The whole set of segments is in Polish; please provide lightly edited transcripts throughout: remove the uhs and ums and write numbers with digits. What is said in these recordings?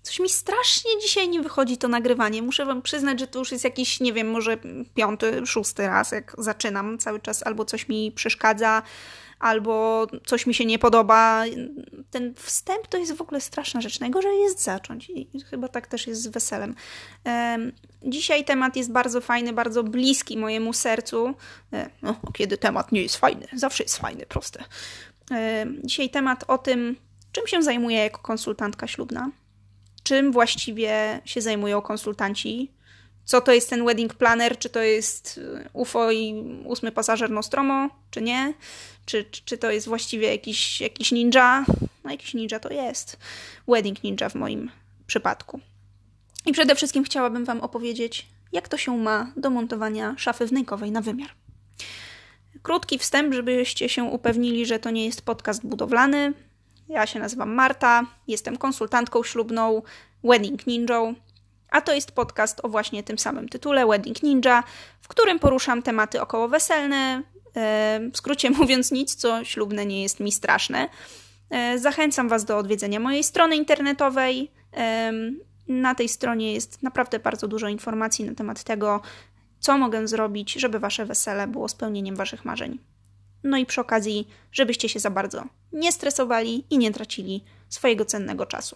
Coś mi strasznie dzisiaj nie wychodzi to nagrywanie. Muszę wam przyznać, że to już jest jakiś, nie wiem, może 5., 6. raz, jak zaczynam cały czas. Albo coś mi przeszkadza, albo coś mi się nie podoba. Ten wstęp to jest w ogóle straszna rzecz. Najgorzej jest zacząć. I chyba tak też jest z weselem. Dzisiaj temat jest bardzo fajny, bardzo bliski mojemu sercu. No, kiedy temat nie jest fajny. Zawsze jest fajny, proste. Dzisiaj temat o tym, czym się zajmuję jako konsultantka ślubna. Czym właściwie się zajmują konsultanci? Co to jest ten wedding planner? Czy to jest UFO i 8. pasażer Nostromo, czy nie? Czy to jest właściwie jakiś ninja? No jakiś ninja to jest. Wedding ninja w moim przypadku. I przede wszystkim chciałabym wam opowiedzieć, jak to się ma do montowania szafy wnękowej na wymiar. Krótki wstęp, żebyście się upewnili, że to nie jest podcast budowlany. Ja się nazywam Marta, jestem konsultantką ślubną, wedding ninją, a to jest podcast o właśnie tym samym tytule, Wedding Ninja, w którym poruszam tematy okołoweselne, w skrócie mówiąc nic, co ślubne nie jest mi straszne. Zachęcam was do odwiedzenia mojej strony internetowej. Na tej stronie jest naprawdę bardzo dużo informacji na temat tego, co mogę zrobić, żeby wasze wesele było spełnieniem waszych marzeń. No i przy okazji, żebyście się za bardzo nie stresowali i nie tracili swojego cennego czasu.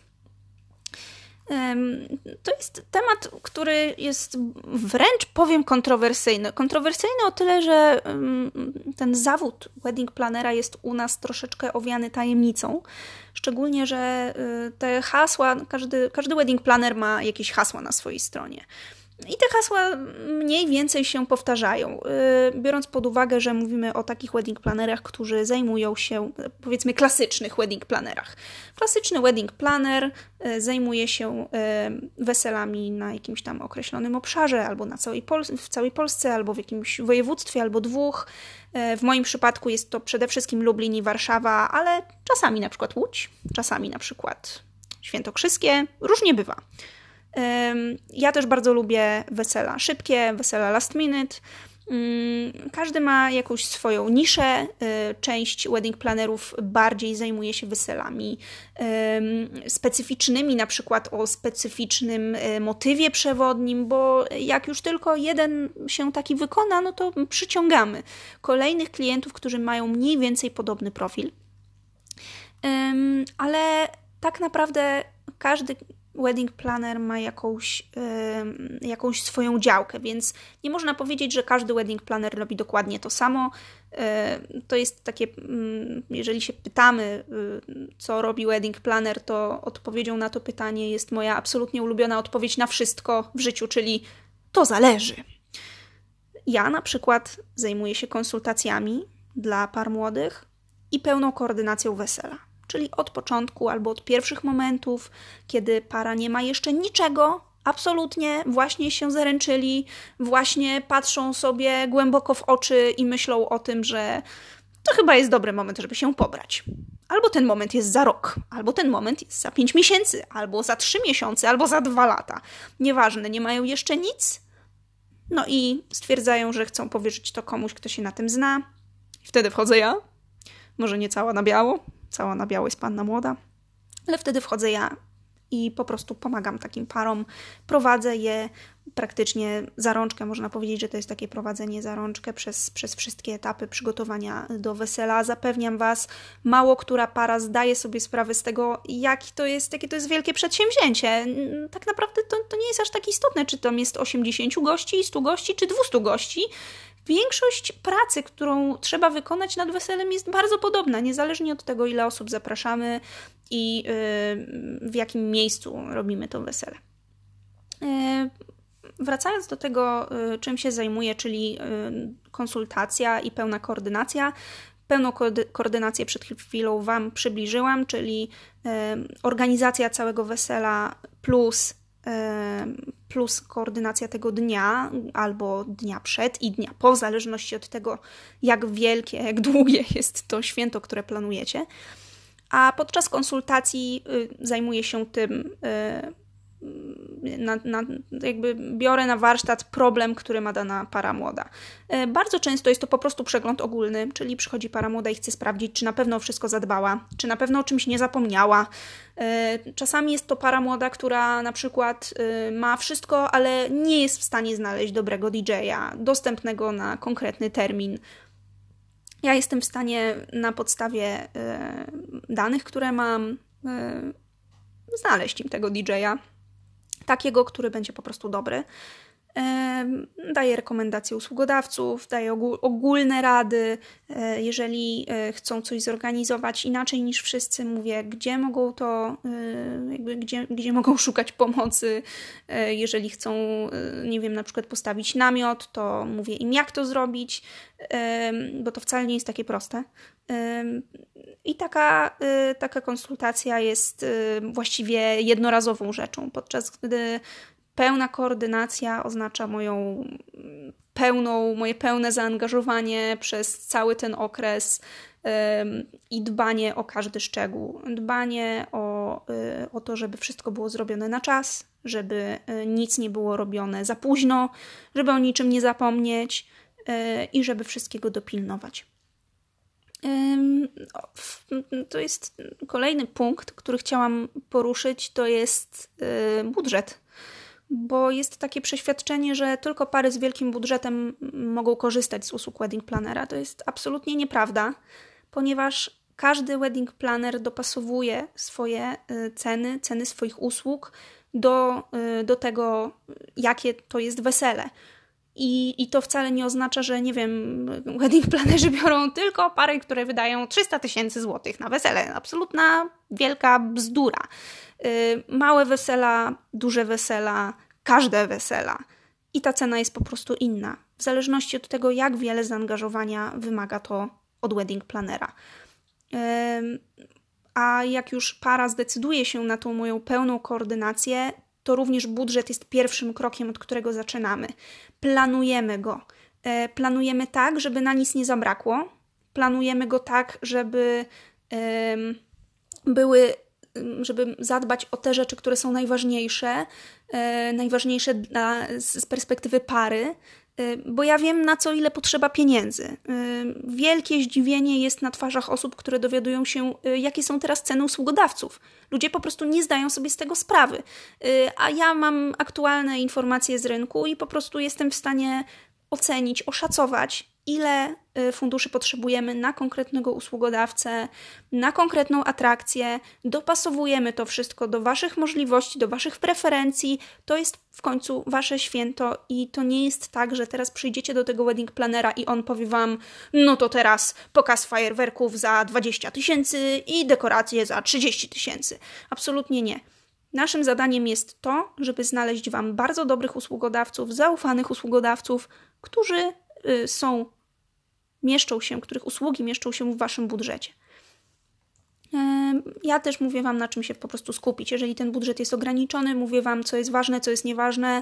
To jest temat, który jest wręcz, powiem, kontrowersyjny. Kontrowersyjny o tyle, że ten zawód wedding planera jest u nas troszeczkę owiany tajemnicą. Szczególnie, że te hasła, każdy wedding planner ma jakieś hasła na swojej stronie. I te hasła mniej więcej się powtarzają, biorąc pod uwagę, że mówimy o takich wedding planerach, którzy zajmują się, powiedzmy, klasycznych wedding planerach. Klasyczny wedding planner zajmuje się weselami na jakimś tam określonym obszarze, albo w całej Polsce, albo w jakimś województwie, albo 2. W moim przypadku jest to przede wszystkim Lublin i Warszawa, ale czasami na przykład Łódź, czasami na przykład Świętokrzyskie, różnie bywa. Ja też bardzo lubię wesela szybkie, wesela last minute. Każdy ma jakąś swoją niszę. Część wedding plannerów bardziej zajmuje się weselami specyficznymi, na przykład o specyficznym motywie przewodnim, bo jak już tylko jeden się taki wykona, no to przyciągamy kolejnych klientów, którzy mają mniej więcej podobny profil. Ale tak naprawdę każdy wedding planner ma jakąś swoją działkę, więc nie można powiedzieć, że każdy wedding planner robi dokładnie to samo. To jest takie, jeżeli się pytamy, co robi wedding planner, to odpowiedzią na to pytanie jest moja absolutnie ulubiona odpowiedź na wszystko w życiu, czyli to zależy. Ja na przykład zajmuję się konsultacjami dla par młodych i pełną koordynacją wesela. Czyli od początku albo od pierwszych momentów, kiedy para nie ma jeszcze niczego, absolutnie, właśnie się zaręczyli, właśnie patrzą sobie głęboko w oczy i myślą o tym, że to chyba jest dobry moment, żeby się pobrać. Albo ten moment jest za rok, albo ten moment jest za 5 miesięcy, albo za 3 miesiące, albo za 2 lata. Nieważne, nie mają jeszcze nic. No i stwierdzają, że chcą powierzyć to komuś, kto się na tym zna. I wtedy wchodzę ja. Może nie cała na biało. Cała na biało jest panna młoda. Ale wtedy wchodzę ja i po prostu pomagam takim parom. Prowadzę je praktycznie za rączkę. Można powiedzieć, że to jest takie prowadzenie za rączkę przez wszystkie etapy przygotowania do wesela. Zapewniam was, mało która para zdaje sobie sprawę z tego, jakie to jest wielkie przedsięwzięcie. Tak naprawdę to nie jest aż tak istotne, czy tam jest 80 gości, 100 gości, czy 200 gości. Większość pracy, którą trzeba wykonać nad weselem, jest bardzo podobna, niezależnie od tego, ile osób zapraszamy i w jakim miejscu robimy to wesele. Wracając do tego, czym się zajmuję, czyli konsultacja i pełna koordynacja. Pełną koordynację przed chwilą wam przybliżyłam, czyli organizacja całego wesela plus koordynacja tego dnia albo dnia przed i dnia po, w zależności od tego, jak wielkie, jak długie jest to święto, które planujecie. A podczas konsultacji zajmuję się tym jakby biorę na warsztat problem, który ma dana para młoda. Bardzo często jest to po prostu przegląd ogólny, czyli przychodzi para młoda i chce sprawdzić, czy na pewno o wszystko zadbała, czy na pewno o czymś nie zapomniała. Czasami jest to para młoda, która na przykład ma wszystko, ale nie jest w stanie znaleźć dobrego DJ-a, dostępnego na konkretny termin. Ja jestem w stanie na podstawie danych, które mam, znaleźć im tego DJ-a, takiego, który będzie po prostu dobry. Daję rekomendacje usługodawców, daję ogólne rady. Jeżeli chcą coś zorganizować inaczej niż wszyscy, mówię, gdzie mogą to, gdzie mogą szukać pomocy. Jeżeli chcą, nie wiem, na przykład postawić namiot, to mówię im, jak to zrobić, bo to wcale nie jest takie proste. I taka konsultacja jest właściwie jednorazową rzeczą, podczas gdy pełna koordynacja oznacza moje pełne zaangażowanie przez cały ten okres i dbanie o każdy szczegół. Dbanie o to, żeby wszystko było zrobione na czas, żeby nic nie było robione za późno, żeby o niczym nie zapomnieć i żeby wszystkiego dopilnować. To jest kolejny punkt, który chciałam poruszyć, to jest budżet. Bo jest takie przeświadczenie, że tylko pary z wielkim budżetem mogą korzystać z usług wedding planera. To jest absolutnie nieprawda, ponieważ każdy wedding planner dopasowuje swoje ceny swoich usług do tego, jakie to jest wesele. I to wcale nie oznacza, że nie wiem, wedding planerzy biorą tylko pary, które wydają 300 000 złotych na wesele. Absolutna wielka bzdura. Małe wesela, duże wesela, każde wesela. I ta cena jest po prostu inna. W zależności od tego, jak wiele zaangażowania wymaga to od wedding planera. A jak już para zdecyduje się na tą moją pełną koordynację, to również budżet jest pierwszym krokiem, od którego zaczynamy. Planujemy go. Planujemy tak, żeby na nic nie zabrakło. Planujemy go tak, żeby zadbać o te rzeczy, które są najważniejsze z perspektywy pary, bo ja wiem, na co ile potrzeba pieniędzy. Wielkie zdziwienie jest na twarzach osób, które dowiadują się, jakie są teraz ceny usługodawców. Ludzie po prostu nie zdają sobie z tego sprawy. A ja mam aktualne informacje z rynku i po prostu jestem w stanie ocenić, oszacować, ile funduszy potrzebujemy na konkretnego usługodawcę, na konkretną atrakcję. Dopasowujemy to wszystko do waszych możliwości, do waszych preferencji. To jest w końcu wasze święto i to nie jest tak, że teraz przyjdziecie do tego wedding planera i on powie wam, no to teraz pokaz fajerwerków za 20 000 i dekoracje za 30 000. Absolutnie nie. Naszym zadaniem jest to, żeby znaleźć wam bardzo dobrych usługodawców, zaufanych usługodawców, którzy których usługi mieszczą się w waszym budżecie. Ja też mówię wam, na czym się po prostu skupić. Jeżeli ten budżet jest ograniczony, mówię wam, co jest ważne, co jest nieważne,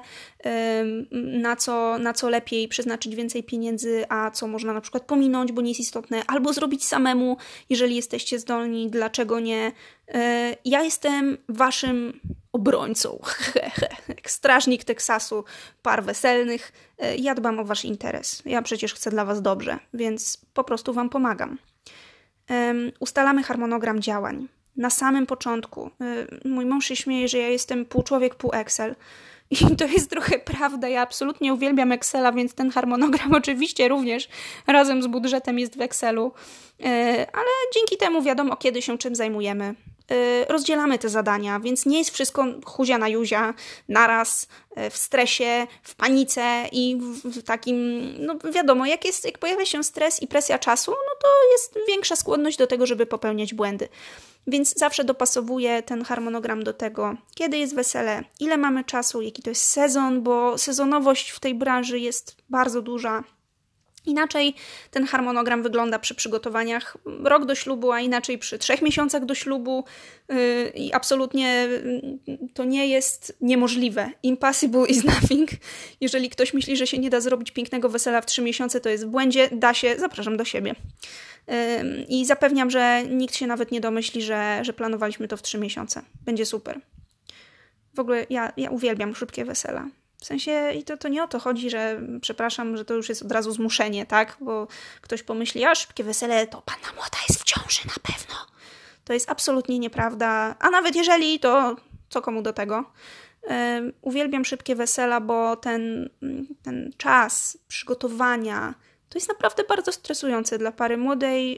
na co lepiej przeznaczyć więcej pieniędzy, a co można na przykład pominąć, bo nie jest istotne, albo zrobić samemu, jeżeli jesteście zdolni, dlaczego nie. Ja jestem waszym obrońcą, jak strażnik Teksasu par weselnych. Ja dbam o wasz interes. Ja przecież chcę dla was dobrze, więc po prostu wam pomagam. Ustalamy harmonogram działań. Na samym początku. Mój mąż się śmieje, że ja jestem pół człowiek, pół Excel. I to jest trochę prawda. Ja absolutnie uwielbiam Excela, więc ten harmonogram oczywiście również razem z budżetem jest w Excelu. Ale dzięki temu wiadomo, kiedy się czym zajmujemy. Rozdzielamy te zadania, więc nie jest wszystko huzia na juzia naraz, w stresie, w panice i w takim, no wiadomo, jak pojawia się stres i presja czasu, no to jest większa skłonność do tego, żeby popełniać błędy. Więc zawsze dopasowuję ten harmonogram do tego, kiedy jest wesele, ile mamy czasu, jaki to jest sezon, bo sezonowość w tej branży jest bardzo duża. Inaczej ten harmonogram wygląda przy przygotowaniach rok do ślubu, a inaczej przy 3 miesiącach do ślubu i absolutnie to nie jest niemożliwe. Impossible is nothing. Jeżeli ktoś myśli, że się nie da zrobić pięknego wesela w 3 miesiące, to jest w błędzie. Da się, zapraszam do siebie. I zapewniam, że nikt się nawet nie domyśli, że planowaliśmy to w 3 miesiące. Będzie super. W ogóle ja uwielbiam szybkie wesela. W sensie, i to nie o to chodzi, że przepraszam, że to już jest od razu zmuszenie, tak? Bo ktoś pomyśli, a szybkie wesele, to panna młoda jest w ciąży na pewno. To jest absolutnie nieprawda. A nawet jeżeli, to co komu do tego? Uwielbiam szybkie wesela, bo ten czas przygotowania to jest naprawdę bardzo stresujące dla pary młodej,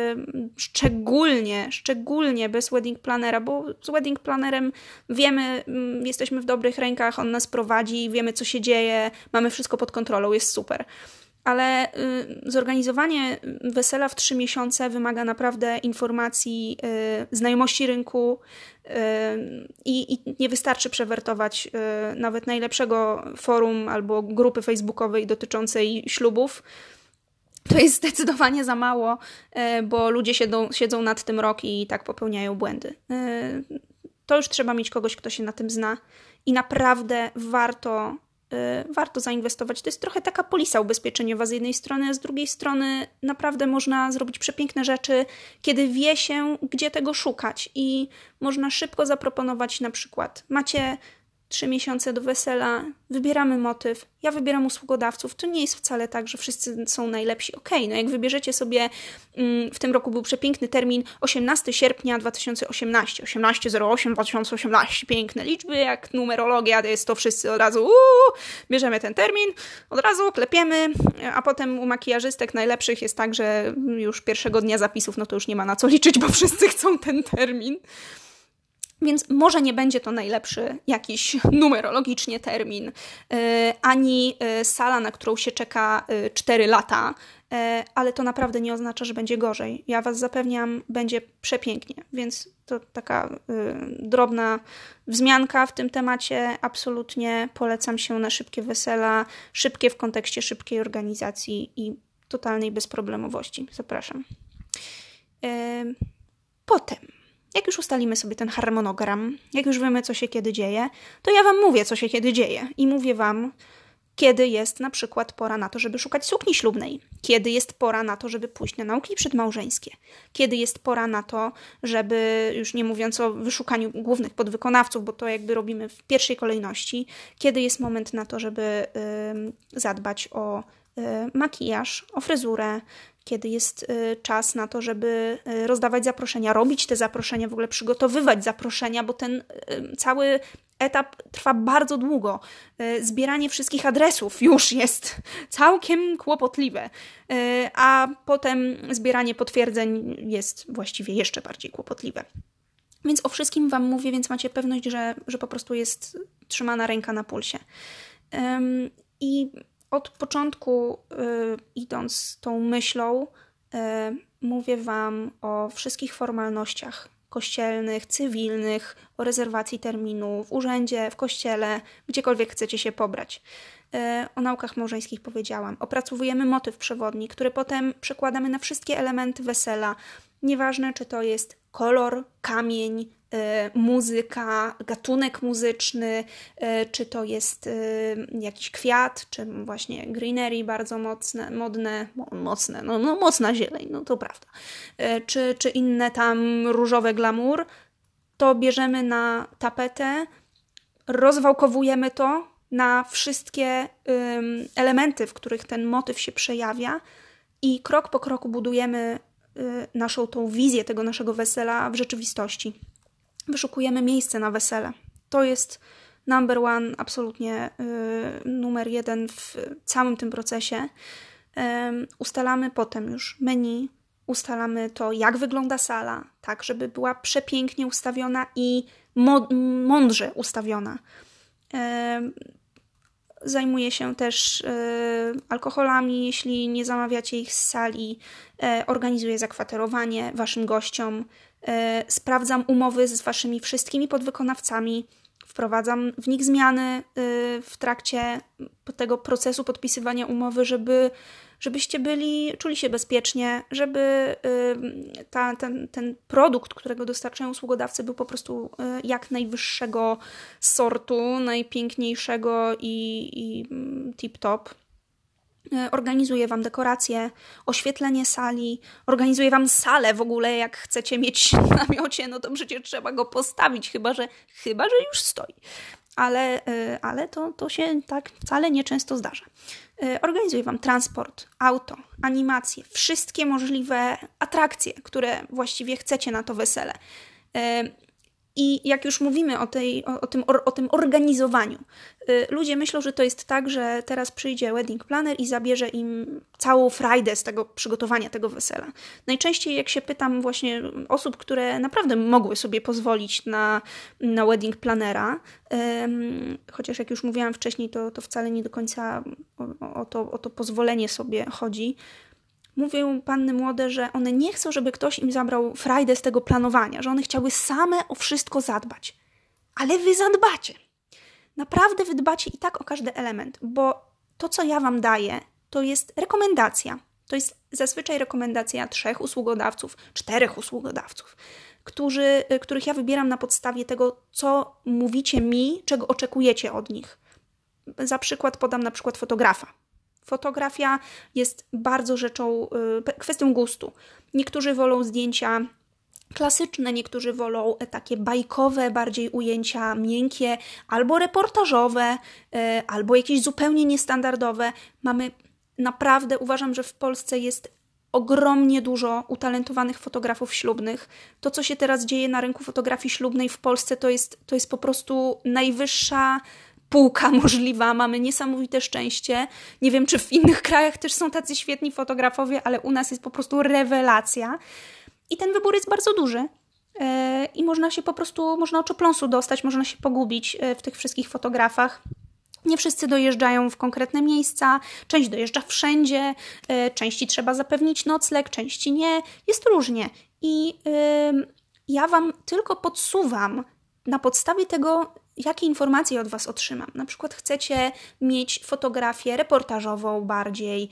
szczególnie bez wedding planera, bo z wedding planerem wiemy, jesteśmy w dobrych rękach, on nas prowadzi, wiemy co się dzieje, mamy wszystko pod kontrolą, jest super. Ale zorganizowanie wesela w 3 miesiące wymaga naprawdę informacji, znajomości rynku i nie wystarczy przewertować nawet najlepszego forum albo grupy facebookowej dotyczącej ślubów. To jest zdecydowanie za mało, bo ludzie siedzą nad tym rok i tak popełniają błędy. To już trzeba mieć kogoś, kto się na tym zna i naprawdę warto zainwestować. To jest trochę taka polisa ubezpieczeniowa z jednej strony, a z drugiej strony naprawdę można zrobić przepiękne rzeczy, kiedy wie się, gdzie tego szukać i można szybko zaproponować na przykład, macie 3 miesiące do wesela, wybieramy motyw, ja wybieram usługodawców. To nie jest wcale tak, że wszyscy są najlepsi. Okej, no jak wybierzecie sobie, w tym roku był przepiękny termin 18 sierpnia 2018, 18.08.2018, piękne liczby, jak numerologia, to jest to wszyscy od razu, bierzemy ten termin, od razu klepiemy, a potem u makijażystek najlepszych jest tak, że już pierwszego dnia zapisów, no to już nie ma na co liczyć, bo wszyscy chcą ten termin. Więc może nie będzie to najlepszy jakiś numerologicznie termin, ani sala, na którą się czeka 4 lata, ale to naprawdę nie oznacza, że będzie gorzej. Ja was zapewniam, będzie przepięknie, więc to taka drobna wzmianka w tym temacie. Absolutnie polecam się na szybkie wesela, szybkie w kontekście szybkiej organizacji i totalnej bezproblemowości. Zapraszam. Potem, jak już ustalimy sobie ten harmonogram, jak już wiemy, co się kiedy dzieje, to ja wam mówię, co się kiedy dzieje. I mówię wam, kiedy jest na przykład pora na to, żeby szukać sukni ślubnej. Kiedy jest pora na to, żeby pójść na nauki przedmałżeńskie. Kiedy jest pora na to, żeby, już nie mówiąc o wyszukaniu głównych podwykonawców, bo to jakby robimy w pierwszej kolejności. Kiedy jest moment na to, żeby zadbać o makijaż, o fryzurę, kiedy jest czas na to, żeby rozdawać zaproszenia, robić te zaproszenia, w ogóle przygotowywać zaproszenia, bo ten cały etap trwa bardzo długo. Zbieranie wszystkich adresów już jest całkiem kłopotliwe, a potem zbieranie potwierdzeń jest właściwie jeszcze bardziej kłopotliwe. Więc o wszystkim wam mówię, więc macie pewność, że po prostu jest trzymana ręka na pulsie. I od początku, idąc tą myślą, mówię wam o wszystkich formalnościach kościelnych, cywilnych, o rezerwacji terminu w urzędzie, w kościele, gdziekolwiek chcecie się pobrać. O naukach małżeńskich powiedziałam. Opracowujemy motyw przewodni, który potem przekładamy na wszystkie elementy wesela. Nieważne, czy to jest kolor, kamień, muzyka, gatunek muzyczny, czy to jest jakiś kwiat, czy właśnie greenery bardzo mocna zieleń, no to prawda, czy inne tam różowe glamour, to bierzemy na tapetę, rozwałkowujemy to na wszystkie elementy, w których ten motyw się przejawia i krok po kroku budujemy naszą tą wizję tego naszego wesela w rzeczywistości. Wyszukujemy miejsce na wesele. To jest number one, absolutnie numer 1 w całym tym procesie. Ustalamy potem już menu, ustalamy to, jak wygląda sala, tak, żeby była przepięknie ustawiona i mądrze ustawiona. Zajmuję się też alkoholami, jeśli nie zamawiacie ich z sali. Organizuję zakwaterowanie waszym gościom. Sprawdzam umowy z waszymi wszystkimi podwykonawcami. Wprowadzam w nich zmiany w trakcie tego procesu podpisywania umowy, żebyście czuli się bezpiecznie, żeby ten produkt, którego dostarczają usługodawcy, był po prostu jak najwyższego sortu, najpiękniejszego i tip-top. Organizuję Wam dekoracje, oświetlenie sali, organizuję Wam salę w ogóle, jak chcecie mieć w namiocie, no to przecież trzeba go postawić, chyba że już stoi. Ale to się tak wcale nieczęsto zdarza. Organizuję Wam transport, auto, animacje, wszystkie możliwe atrakcje, które właściwie chcecie na to wesele. I jak już mówimy o tym organizowaniu, ludzie myślą, że to jest tak, że teraz przyjdzie wedding planner i zabierze im całą frajdę z tego przygotowania tego wesela. Najczęściej jak się pytam właśnie osób, które naprawdę mogły sobie pozwolić na wedding plannera, chociaż jak już mówiłam wcześniej, to wcale nie do końca o to pozwolenie sobie chodzi. Mówią panny młode, że one nie chcą, żeby ktoś im zabrał frajdę z tego planowania, że one chciały same o wszystko zadbać. Ale wy zadbacie. Naprawdę wy dbacie i tak o każdy element, bo to, co ja Wam daję, to jest rekomendacja. To jest zazwyczaj rekomendacja 3 usługodawców, 4 usługodawców, których ja wybieram na podstawie tego, co mówicie mi, czego oczekujecie od nich. Za przykład podam na przykład fotografa. Fotografia jest bardzo kwestią gustu. Niektórzy wolą zdjęcia klasyczne, niektórzy wolą takie bajkowe, bardziej ujęcia miękkie, albo reportażowe, albo jakieś zupełnie niestandardowe. Uważam, że w Polsce jest ogromnie dużo utalentowanych fotografów ślubnych. To, co się teraz dzieje na rynku fotografii ślubnej w Polsce, to jest po prostu najwyższa półka możliwa, mamy niesamowite szczęście. Nie wiem, czy w innych krajach też są tacy świetni fotografowie, ale u nas jest po prostu rewelacja. I ten wybór jest bardzo duży. I można oczopląsu dostać, można się pogubić w tych wszystkich fotografach. Nie wszyscy dojeżdżają w konkretne miejsca, część dojeżdża wszędzie, części trzeba zapewnić nocleg, części nie. Jest różnie. I ja Wam tylko podsuwam na podstawie tego, jakie informacje od Was otrzymam. Na przykład chcecie mieć fotografię reportażową bardziej,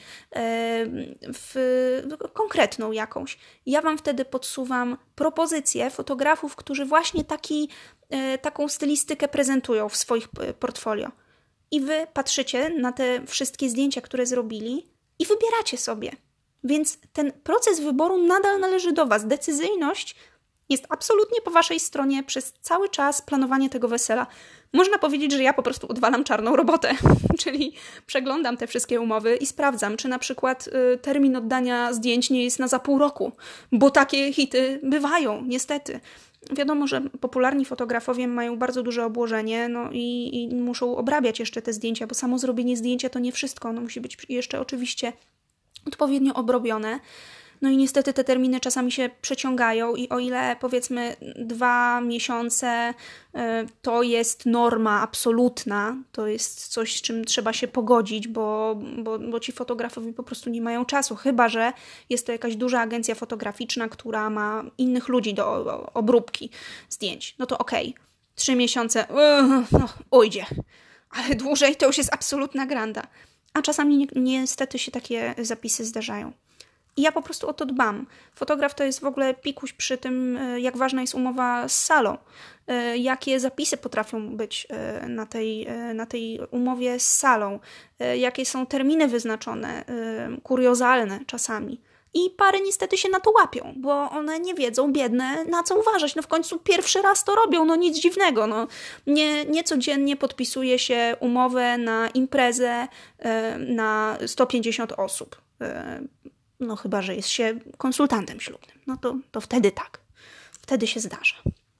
konkretną jakąś. Ja Wam wtedy podsuwam propozycje fotografów, którzy właśnie taką stylistykę prezentują w swoich portfolio. I Wy patrzycie na te wszystkie zdjęcia, które zrobili i wybieracie sobie. Więc ten proces wyboru nadal należy do Was. Decyzyjność jest absolutnie po Waszej stronie przez cały czas planowania tego wesela. Można powiedzieć, że ja po prostu odwalam czarną robotę, czyli przeglądam te wszystkie umowy i sprawdzam, czy na przykład termin oddania zdjęć nie jest za pół roku, bo takie hity bywają, niestety. Wiadomo, że popularni fotografowie mają bardzo duże obłożenie, no i muszą obrabiać jeszcze te zdjęcia, bo samo zrobienie zdjęcia to nie wszystko, ono musi być jeszcze oczywiście odpowiednio obrobione. No i niestety te terminy czasami się przeciągają i o ile powiedzmy 2 miesiące to jest norma absolutna, to jest coś, z czym trzeba się pogodzić, bo ci fotografowie po prostu nie mają czasu, chyba że jest to jakaś duża agencja fotograficzna, która ma innych ludzi do obróbki zdjęć. No to okej, 3 miesiące, ujdzie, ale dłużej to już jest absolutna granda. A czasami niestety się takie zapisy zdarzają. I ja po prostu o to dbam. Fotograf to jest w ogóle pikuś przy tym, jak ważna jest umowa z salą. Jakie zapisy potrafią być na tej umowie z salą. Jakie są terminy wyznaczone, kuriozalne czasami. I pary niestety się na to łapią, bo one nie wiedzą, biedne, na co uważać. No w końcu pierwszy raz to robią, no nic dziwnego. No. Nie codziennie podpisuje się umowę na imprezę na 150 osób. No chyba, że jest się konsultantem ślubnym. No to wtedy tak. Wtedy się zdarza.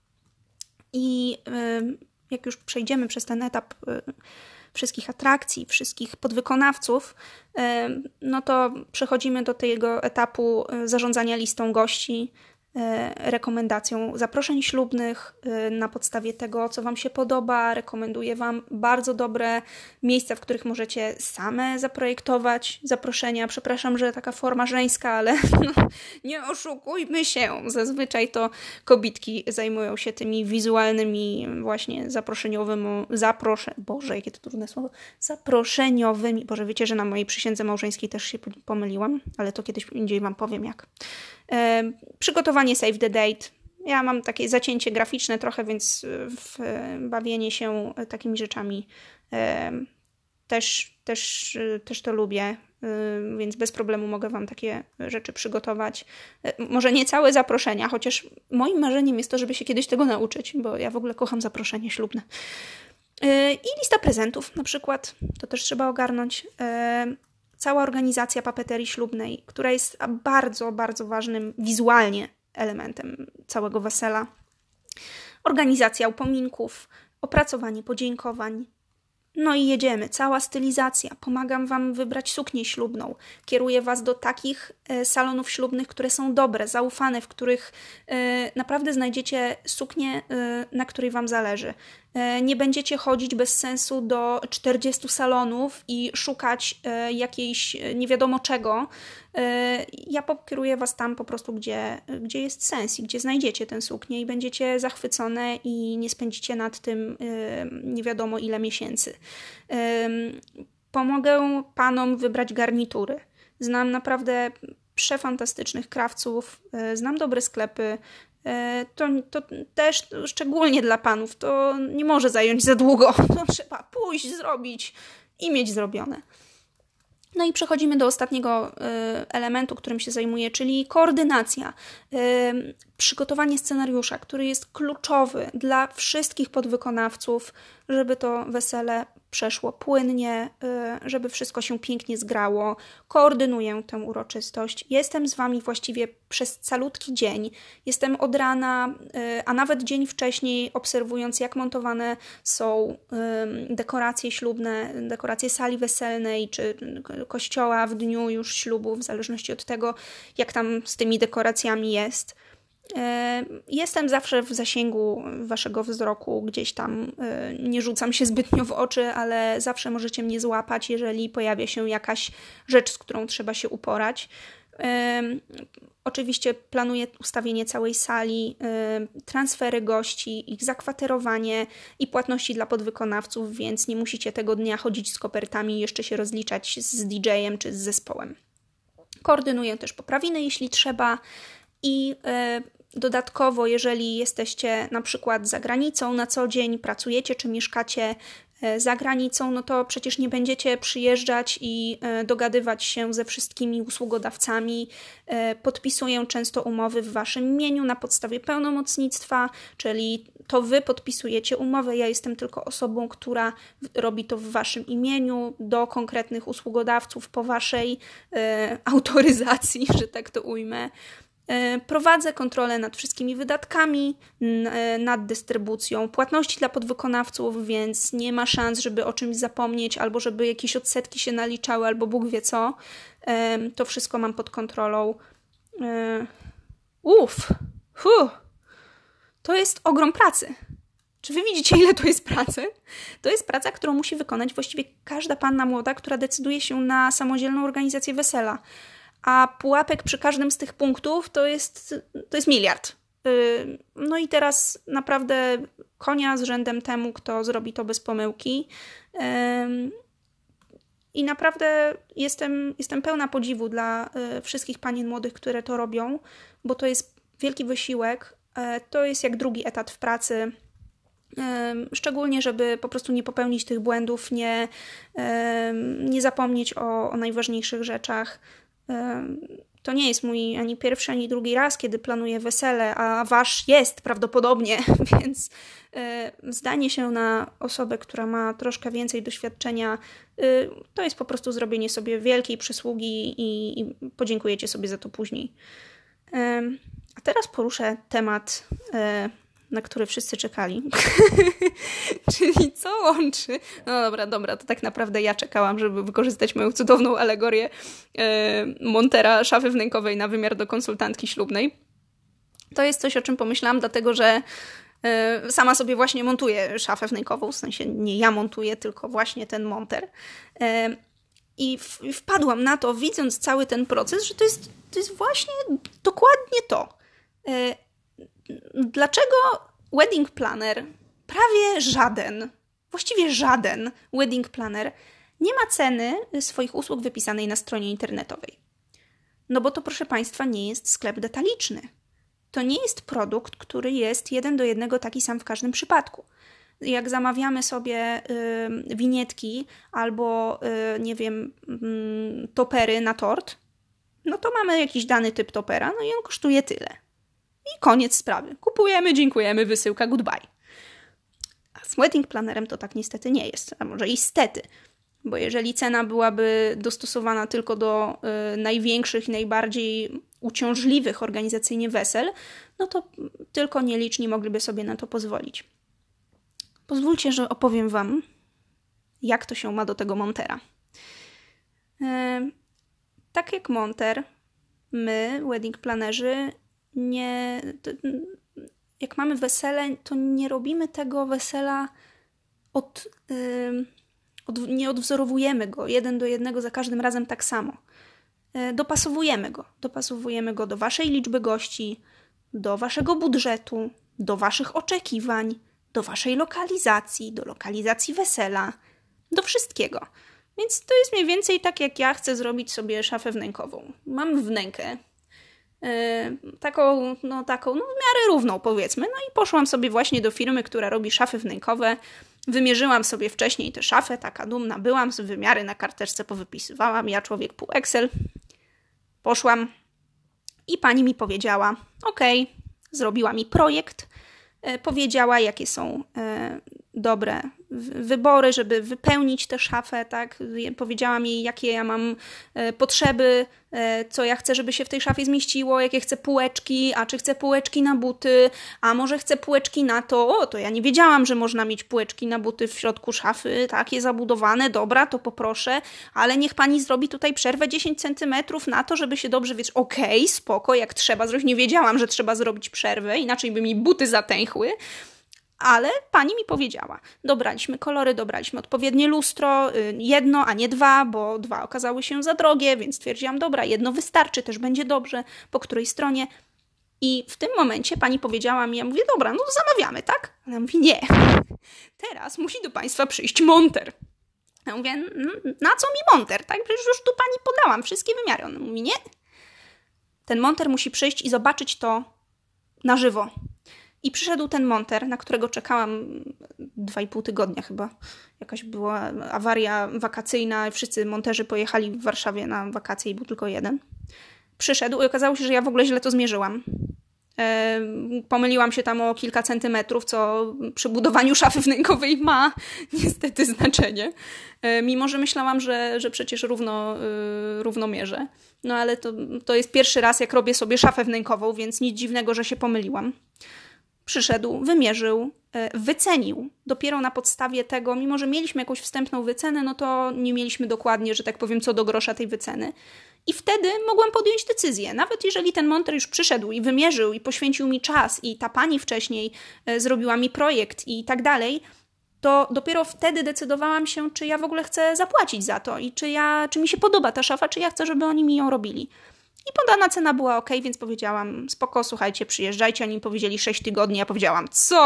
I jak już przejdziemy przez ten etap wszystkich atrakcji, wszystkich podwykonawców, no to przechodzimy do tego etapu zarządzania listą gości, rekomendacją zaproszeń ślubnych na podstawie tego, co Wam się podoba. Rekomenduję Wam bardzo dobre miejsca, w których możecie same zaprojektować zaproszenia. Przepraszam, że taka forma żeńska, ale nie oszukujmy się. Zazwyczaj to kobietki zajmują się tymi wizualnymi właśnie Boże, jakie to trudne słowo. Zaproszeniowymi. Boże, wiecie, że na mojej przysiędze małżeńskiej też się pomyliłam, ale to kiedyś indziej Wam powiem jak. Przygotowanie save the date. Ja mam takie zacięcie graficzne trochę, więc bawienie się takimi rzeczami też to lubię. więc bez problemu mogę Wam takie rzeczy przygotować. Może nie całe zaproszenia, chociaż moim marzeniem jest to, żeby się kiedyś tego nauczyć, bo ja w ogóle kocham zaproszenie ślubne. I lista prezentów na przykład, to też trzeba ogarnąć. Cała organizacja papeterii ślubnej, która jest bardzo, bardzo ważnym wizualnie elementem całego wesela. Organizacja upominków, opracowanie podziękowań. No i jedziemy. Cała stylizacja. Pomagam Wam wybrać suknię ślubną. Kieruję Was do takich salonów ślubnych, które są dobre, zaufane, w których naprawdę znajdziecie suknię, na której Wam zależy. Nie będziecie chodzić bez sensu do 40 salonów i szukać jakiejś nie wiadomo czego. Ja pokieruję Was tam po prostu, gdzie jest sens i gdzie znajdziecie tę suknię i będziecie zachwycone i nie spędzicie nad tym nie wiadomo ile miesięcy. Pomogę Panom wybrać garnitury. Znam naprawdę przefantastycznych krawców, znam dobre sklepy. To też szczególnie dla Panów, to nie może zająć za długo. To trzeba pójść, zrobić i mieć zrobione. No i przechodzimy do ostatniego elementu, którym się zajmuję, czyli koordynacja. Przygotowanie scenariusza, który jest kluczowy dla wszystkich podwykonawców, żeby to wesele przeszło płynnie, żeby wszystko się pięknie zgrało. Koordynuję tę uroczystość. Jestem z Wami właściwie przez calutki dzień. Jestem od rana, a nawet dzień wcześniej, obserwując, jak montowane są dekoracje ślubne, dekoracje sali weselnej czy kościoła w dniu już ślubu, w zależności od tego, jak tam z tymi dekoracjami jest. Jestem zawsze w zasięgu Waszego wzroku, gdzieś tam nie rzucam się zbytnio w oczy, ale zawsze możecie mnie złapać, jeżeli pojawia się jakaś rzecz, z którą trzeba się uporać. Oczywiście planuję ustawienie całej sali, transfery gości, ich zakwaterowanie i płatności dla podwykonawców, więc nie musicie tego dnia chodzić z kopertami i jeszcze się rozliczać z DJ-em czy z zespołem. Koordynuję też poprawiny, jeśli trzeba. I dodatkowo, jeżeli jesteście na przykład za granicą na co dzień, pracujecie czy mieszkacie za granicą, no to przecież nie będziecie przyjeżdżać i dogadywać się ze wszystkimi usługodawcami. Podpisuję często umowy w Waszym imieniu na podstawie pełnomocnictwa, czyli to Wy podpisujecie umowę, ja jestem tylko osobą, która robi to w Waszym imieniu do konkretnych usługodawców po Waszej autoryzacji, że tak to ujmę. Prowadzę kontrolę nad wszystkimi wydatkami, nad dystrybucją płatności dla podwykonawców, więc nie ma szans, żeby o czymś zapomnieć albo żeby jakieś odsetki się naliczały, albo Bóg wie co. To wszystko mam pod kontrolą. To jest ogrom pracy. Czy Wy widzicie, ile to jest pracy? To jest praca, którą musi wykonać właściwie każda panna młoda, która decyduje się na samodzielną organizację wesela. A pułapek przy każdym z tych punktów to jest miliard. No i teraz naprawdę konia z rzędem temu, kto zrobi to bez pomyłki. I naprawdę jestem pełna podziwu dla wszystkich panien młodych, które to robią, bo to jest wielki wysiłek. To jest jak drugi etat w pracy. Szczególnie, żeby po prostu nie popełnić tych błędów, nie zapomnieć o najważniejszych rzeczach. To nie jest mój ani pierwszy, ani drugi raz, kiedy planuję wesele, a Wasz jest prawdopodobnie, więc zdanie się na osobę, która ma troszkę więcej doświadczenia, to jest po prostu zrobienie sobie wielkiej przysługi i podziękujecie sobie za to później. A teraz poruszę temat, na który wszyscy czekali. Czyli co łączy... No dobra, to tak naprawdę ja czekałam, żeby wykorzystać moją cudowną alegorię montera szafy wnękowej na wymiar do konsultantki ślubnej. To jest coś, o czym pomyślałam, dlatego że sama sobie właśnie montuję szafę wnękową, w sensie nie ja montuję, tylko właśnie ten monter. I wpadłam na to, widząc cały ten proces, że to jest właśnie dokładnie to. Dlaczego wedding planner, właściwie żaden wedding planner nie ma ceny swoich usług wypisanej na stronie internetowej? No bo to, proszę Państwa, nie jest sklep detaliczny. To nie jest produkt, który jest 1 do 1 taki sam w każdym przypadku. jak zamawiamy sobie winietki albo, nie wiem, topery na tort, no to mamy jakiś dany typ topera, no i on kosztuje tyle. I koniec sprawy. Kupujemy, dziękujemy, wysyłka, goodbye. A z wedding planerem to tak niestety nie jest, a może i stety. Bo jeżeli cena byłaby dostosowana tylko do największych i najbardziej uciążliwych organizacyjnie wesel, no to tylko nieliczni mogliby sobie na to pozwolić. Pozwólcie, że opowiem wam, jak to się ma do tego montera. Tak jak monter, my, wedding planerzy, jak mamy wesele, to nie robimy tego wesela nie odwzorowujemy go 1 do 1 za każdym razem tak samo. Dopasowujemy go do waszej liczby gości, do waszego budżetu, do waszych oczekiwań, do waszej lokalizacji, do lokalizacji wesela, do wszystkiego. Więc to jest mniej więcej tak, jak ja chcę zrobić sobie szafę wnękową. Mam wnękę, taką w miarę równą, powiedzmy. No i poszłam sobie właśnie do firmy, która robi szafy wnękowe. Wymierzyłam sobie wcześniej tę szafę, taka dumna byłam, wymiary na karteczce powypisywałam, ja człowiek pół Excel. Poszłam i pani mi powiedziała, okej, zrobiła mi projekt, powiedziała, jakie są dobre wybory, żeby wypełnić tę szafę, tak? Powiedziałam jej, jakie ja mam potrzeby, co ja chcę, żeby się w tej szafie zmieściło, jakie chcę półeczki, a czy chcę półeczki na buty, a może chcę półeczki na to, to ja nie wiedziałam, że można mieć półeczki na buty w środku szafy, takie zabudowane, dobra, to poproszę, ale niech pani zrobi tutaj przerwę 10 centymetrów na to, żeby się dobrze wiesz, okej, spoko, jak trzeba zrobić, nie wiedziałam, że trzeba zrobić przerwę, inaczej by mi buty zatęchły. Ale pani mi powiedziała, dobraliśmy kolory, dobraliśmy odpowiednie lustro, 1, a nie 2, bo 2 okazały się za drogie, więc stwierdziłam, dobra, 1 wystarczy, też będzie dobrze, po której stronie. I w tym momencie pani powiedziała mi, ja mówię, dobra, no to zamawiamy, tak? Ona mówi, nie, teraz musi do państwa przyjść monter. Ja mówię, na co mi monter, tak? Przecież już tu pani podałam wszystkie wymiary. Ona mówi, nie, ten monter musi przyjść i zobaczyć to na żywo. I przyszedł ten monter, na którego czekałam 2,5 tygodnia chyba. Jakaś była awaria wakacyjna, wszyscy monterzy pojechali w Warszawie na wakacje i był tylko jeden. Przyszedł i okazało się, że ja w ogóle źle to zmierzyłam. Pomyliłam się tam o kilka centymetrów, co przy budowaniu szafy wnękowej ma niestety znaczenie. Mimo że myślałam, że przecież równo mierzę. No ale to jest pierwszy raz, jak robię sobie szafę wnękową, więc nic dziwnego, że się pomyliłam. Przyszedł, wymierzył, wycenił. Dopiero na podstawie tego, mimo że mieliśmy jakąś wstępną wycenę, no to nie mieliśmy dokładnie, że tak powiem, co do grosza tej wyceny. I wtedy mogłam podjąć decyzję. Nawet jeżeli ten monter już przyszedł i wymierzył i poświęcił mi czas i ta pani wcześniej zrobiła mi projekt i tak dalej, to dopiero wtedy decydowałam się, czy ja w ogóle chcę zapłacić za to i czy mi się podoba ta szafa, czy ja chcę, żeby oni mi ją robili. I podana cena była okej, więc powiedziałam, spoko, słuchajcie, przyjeżdżajcie. Oni powiedzieli 6 tygodni, ja powiedziałam, co?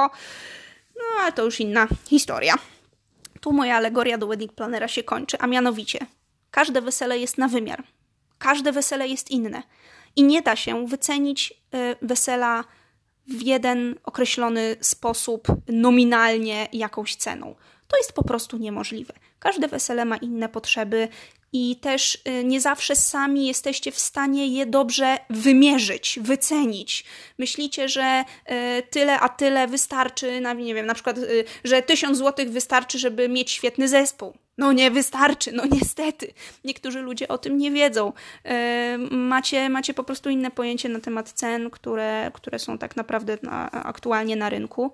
No, ale to już inna historia. Tu moja alegoria do wedding planera się kończy, a mianowicie każde wesele jest na wymiar. Każde wesele jest inne. I nie da się wycenić wesela w jeden określony sposób, nominalnie jakąś ceną. To jest po prostu niemożliwe. Każde wesele ma inne potrzeby i też nie zawsze sami jesteście w stanie je dobrze wymierzyć, wycenić. Myślicie, że tyle a tyle wystarczy, nie wiem, na przykład, że 1000 złotych wystarczy, żeby mieć świetny zespół. No nie wystarczy, no niestety. Niektórzy ludzie o tym nie wiedzą. Macie po prostu inne pojęcie na temat cen, które są tak naprawdę aktualnie na rynku.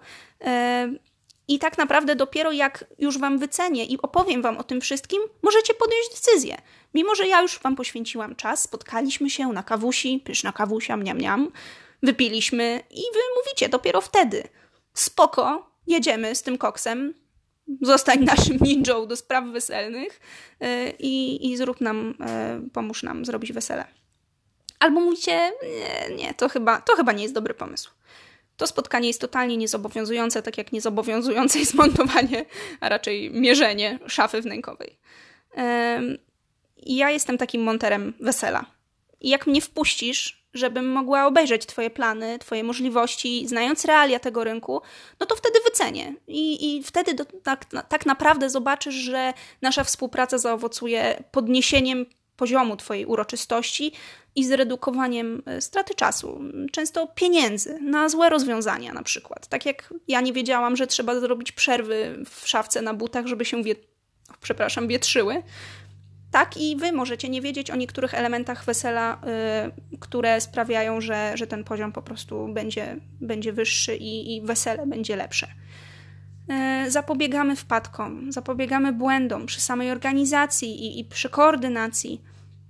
I tak naprawdę dopiero jak już wam wycenię i opowiem wam o tym wszystkim, możecie podjąć decyzję. Mimo że ja już wam poświęciłam czas, spotkaliśmy się na kawusi, pyszna kawusia, mniam, wypiliśmy i wy mówicie dopiero wtedy. Spoko, jedziemy z tym koksem, zostań naszym ninją do spraw weselnych i zrób nam, pomóż nam zrobić wesele. Albo mówicie, nie, to chyba nie jest dobry pomysł. To spotkanie jest totalnie niezobowiązujące, tak jak niezobowiązujące jest montowanie, a raczej mierzenie szafy wnękowej. I ja jestem takim monterem wesela. I jak mnie wpuścisz, żebym mogła obejrzeć twoje plany, twoje możliwości, znając realia tego rynku, no to wtedy wycenię. I wtedy tak naprawdę zobaczysz, że nasza współpraca zaowocuje podniesieniem poziomu twojej uroczystości i zredukowaniem straty czasu, często pieniędzy na złe rozwiązania na przykład. Tak jak ja nie wiedziałam, że trzeba zrobić przerwy w szafce na butach, żeby się wietrzyły. Tak i wy możecie nie wiedzieć o niektórych elementach wesela, które sprawiają, że ten poziom po prostu będzie wyższy i wesele będzie lepsze. Zapobiegamy wpadkom, zapobiegamy błędom przy samej organizacji i przy koordynacji.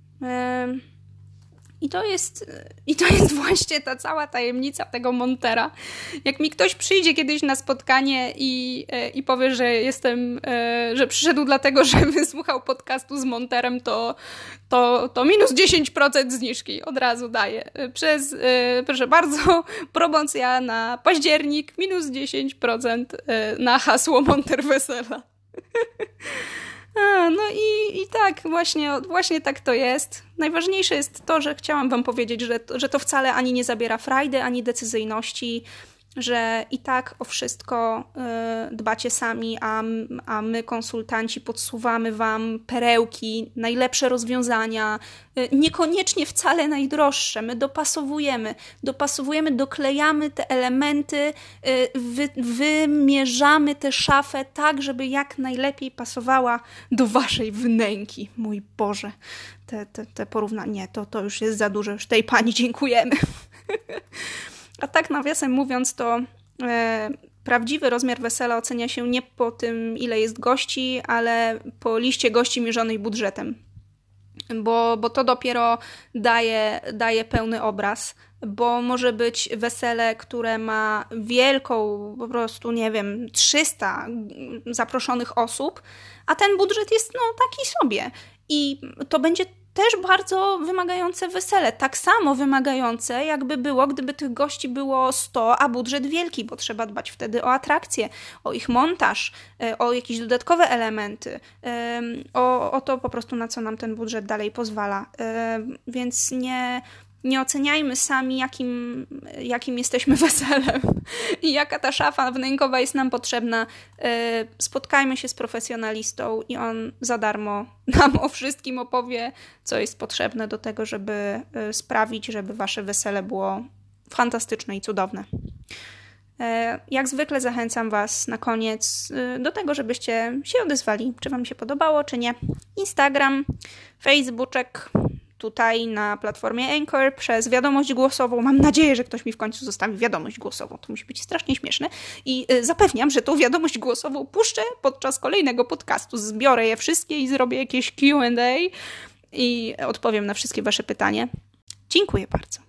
I to jest właśnie ta cała tajemnica tego montera. Jak mi ktoś przyjdzie kiedyś na spotkanie i powie, że przyszedł dlatego, że wysłuchał podcastu z monterem, to minus 10% zniżki od razu daję. Proszę bardzo, promocja na październik, minus 10% na hasło Monter Wesela. No i tak, właśnie tak to jest. Najważniejsze jest to, że chciałam wam powiedzieć, że to wcale ani nie zabiera frajdy, ani decyzyjności, że i tak o wszystko dbacie sami, a my, konsultanci, podsuwamy wam perełki, najlepsze rozwiązania, niekoniecznie wcale najdroższe. My dopasowujemy, doklejamy te elementy, wymierzamy tę szafę tak, żeby jak najlepiej pasowała do waszej wnęki. Mój Boże, te porównania, to już jest za dużo, już tej pani dziękujemy. A tak nawiasem mówiąc, to prawdziwy rozmiar wesela ocenia się nie po tym, ile jest gości, ale po liście gości mierzonej budżetem. Bo to dopiero daje pełny obraz. Bo może być wesele, które ma wielką, po prostu, nie wiem, 300 zaproszonych osób, a ten budżet jest taki sobie. I to będzie też bardzo wymagające wesele. Tak samo wymagające, jakby było, gdyby tych gości było 100, a budżet wielki, bo trzeba dbać wtedy o atrakcje, o ich montaż, o jakieś dodatkowe elementy, o to po prostu, na co nam ten budżet dalej pozwala. Więc nie oceniajmy sami, jakim jesteśmy weselem i jaka ta szafa wnękowa jest nam potrzebna. Spotkajmy się z profesjonalistą i on za darmo nam o wszystkim opowie, co jest potrzebne do tego, żeby sprawić, żeby wasze wesele było fantastyczne i cudowne. Jak zwykle zachęcam was na koniec do tego, żebyście się odezwali, czy wam się podobało, czy nie. Instagram, Facebooczek, tutaj na platformie Anchor przez wiadomość głosową. Mam nadzieję, że ktoś mi w końcu zostawi wiadomość głosową. To musi być strasznie śmieszne. I zapewniam, że tą wiadomość głosową puszczę podczas kolejnego podcastu. Zbiorę je wszystkie i zrobię jakieś Q&A i odpowiem na wszystkie wasze pytania. Dziękuję bardzo.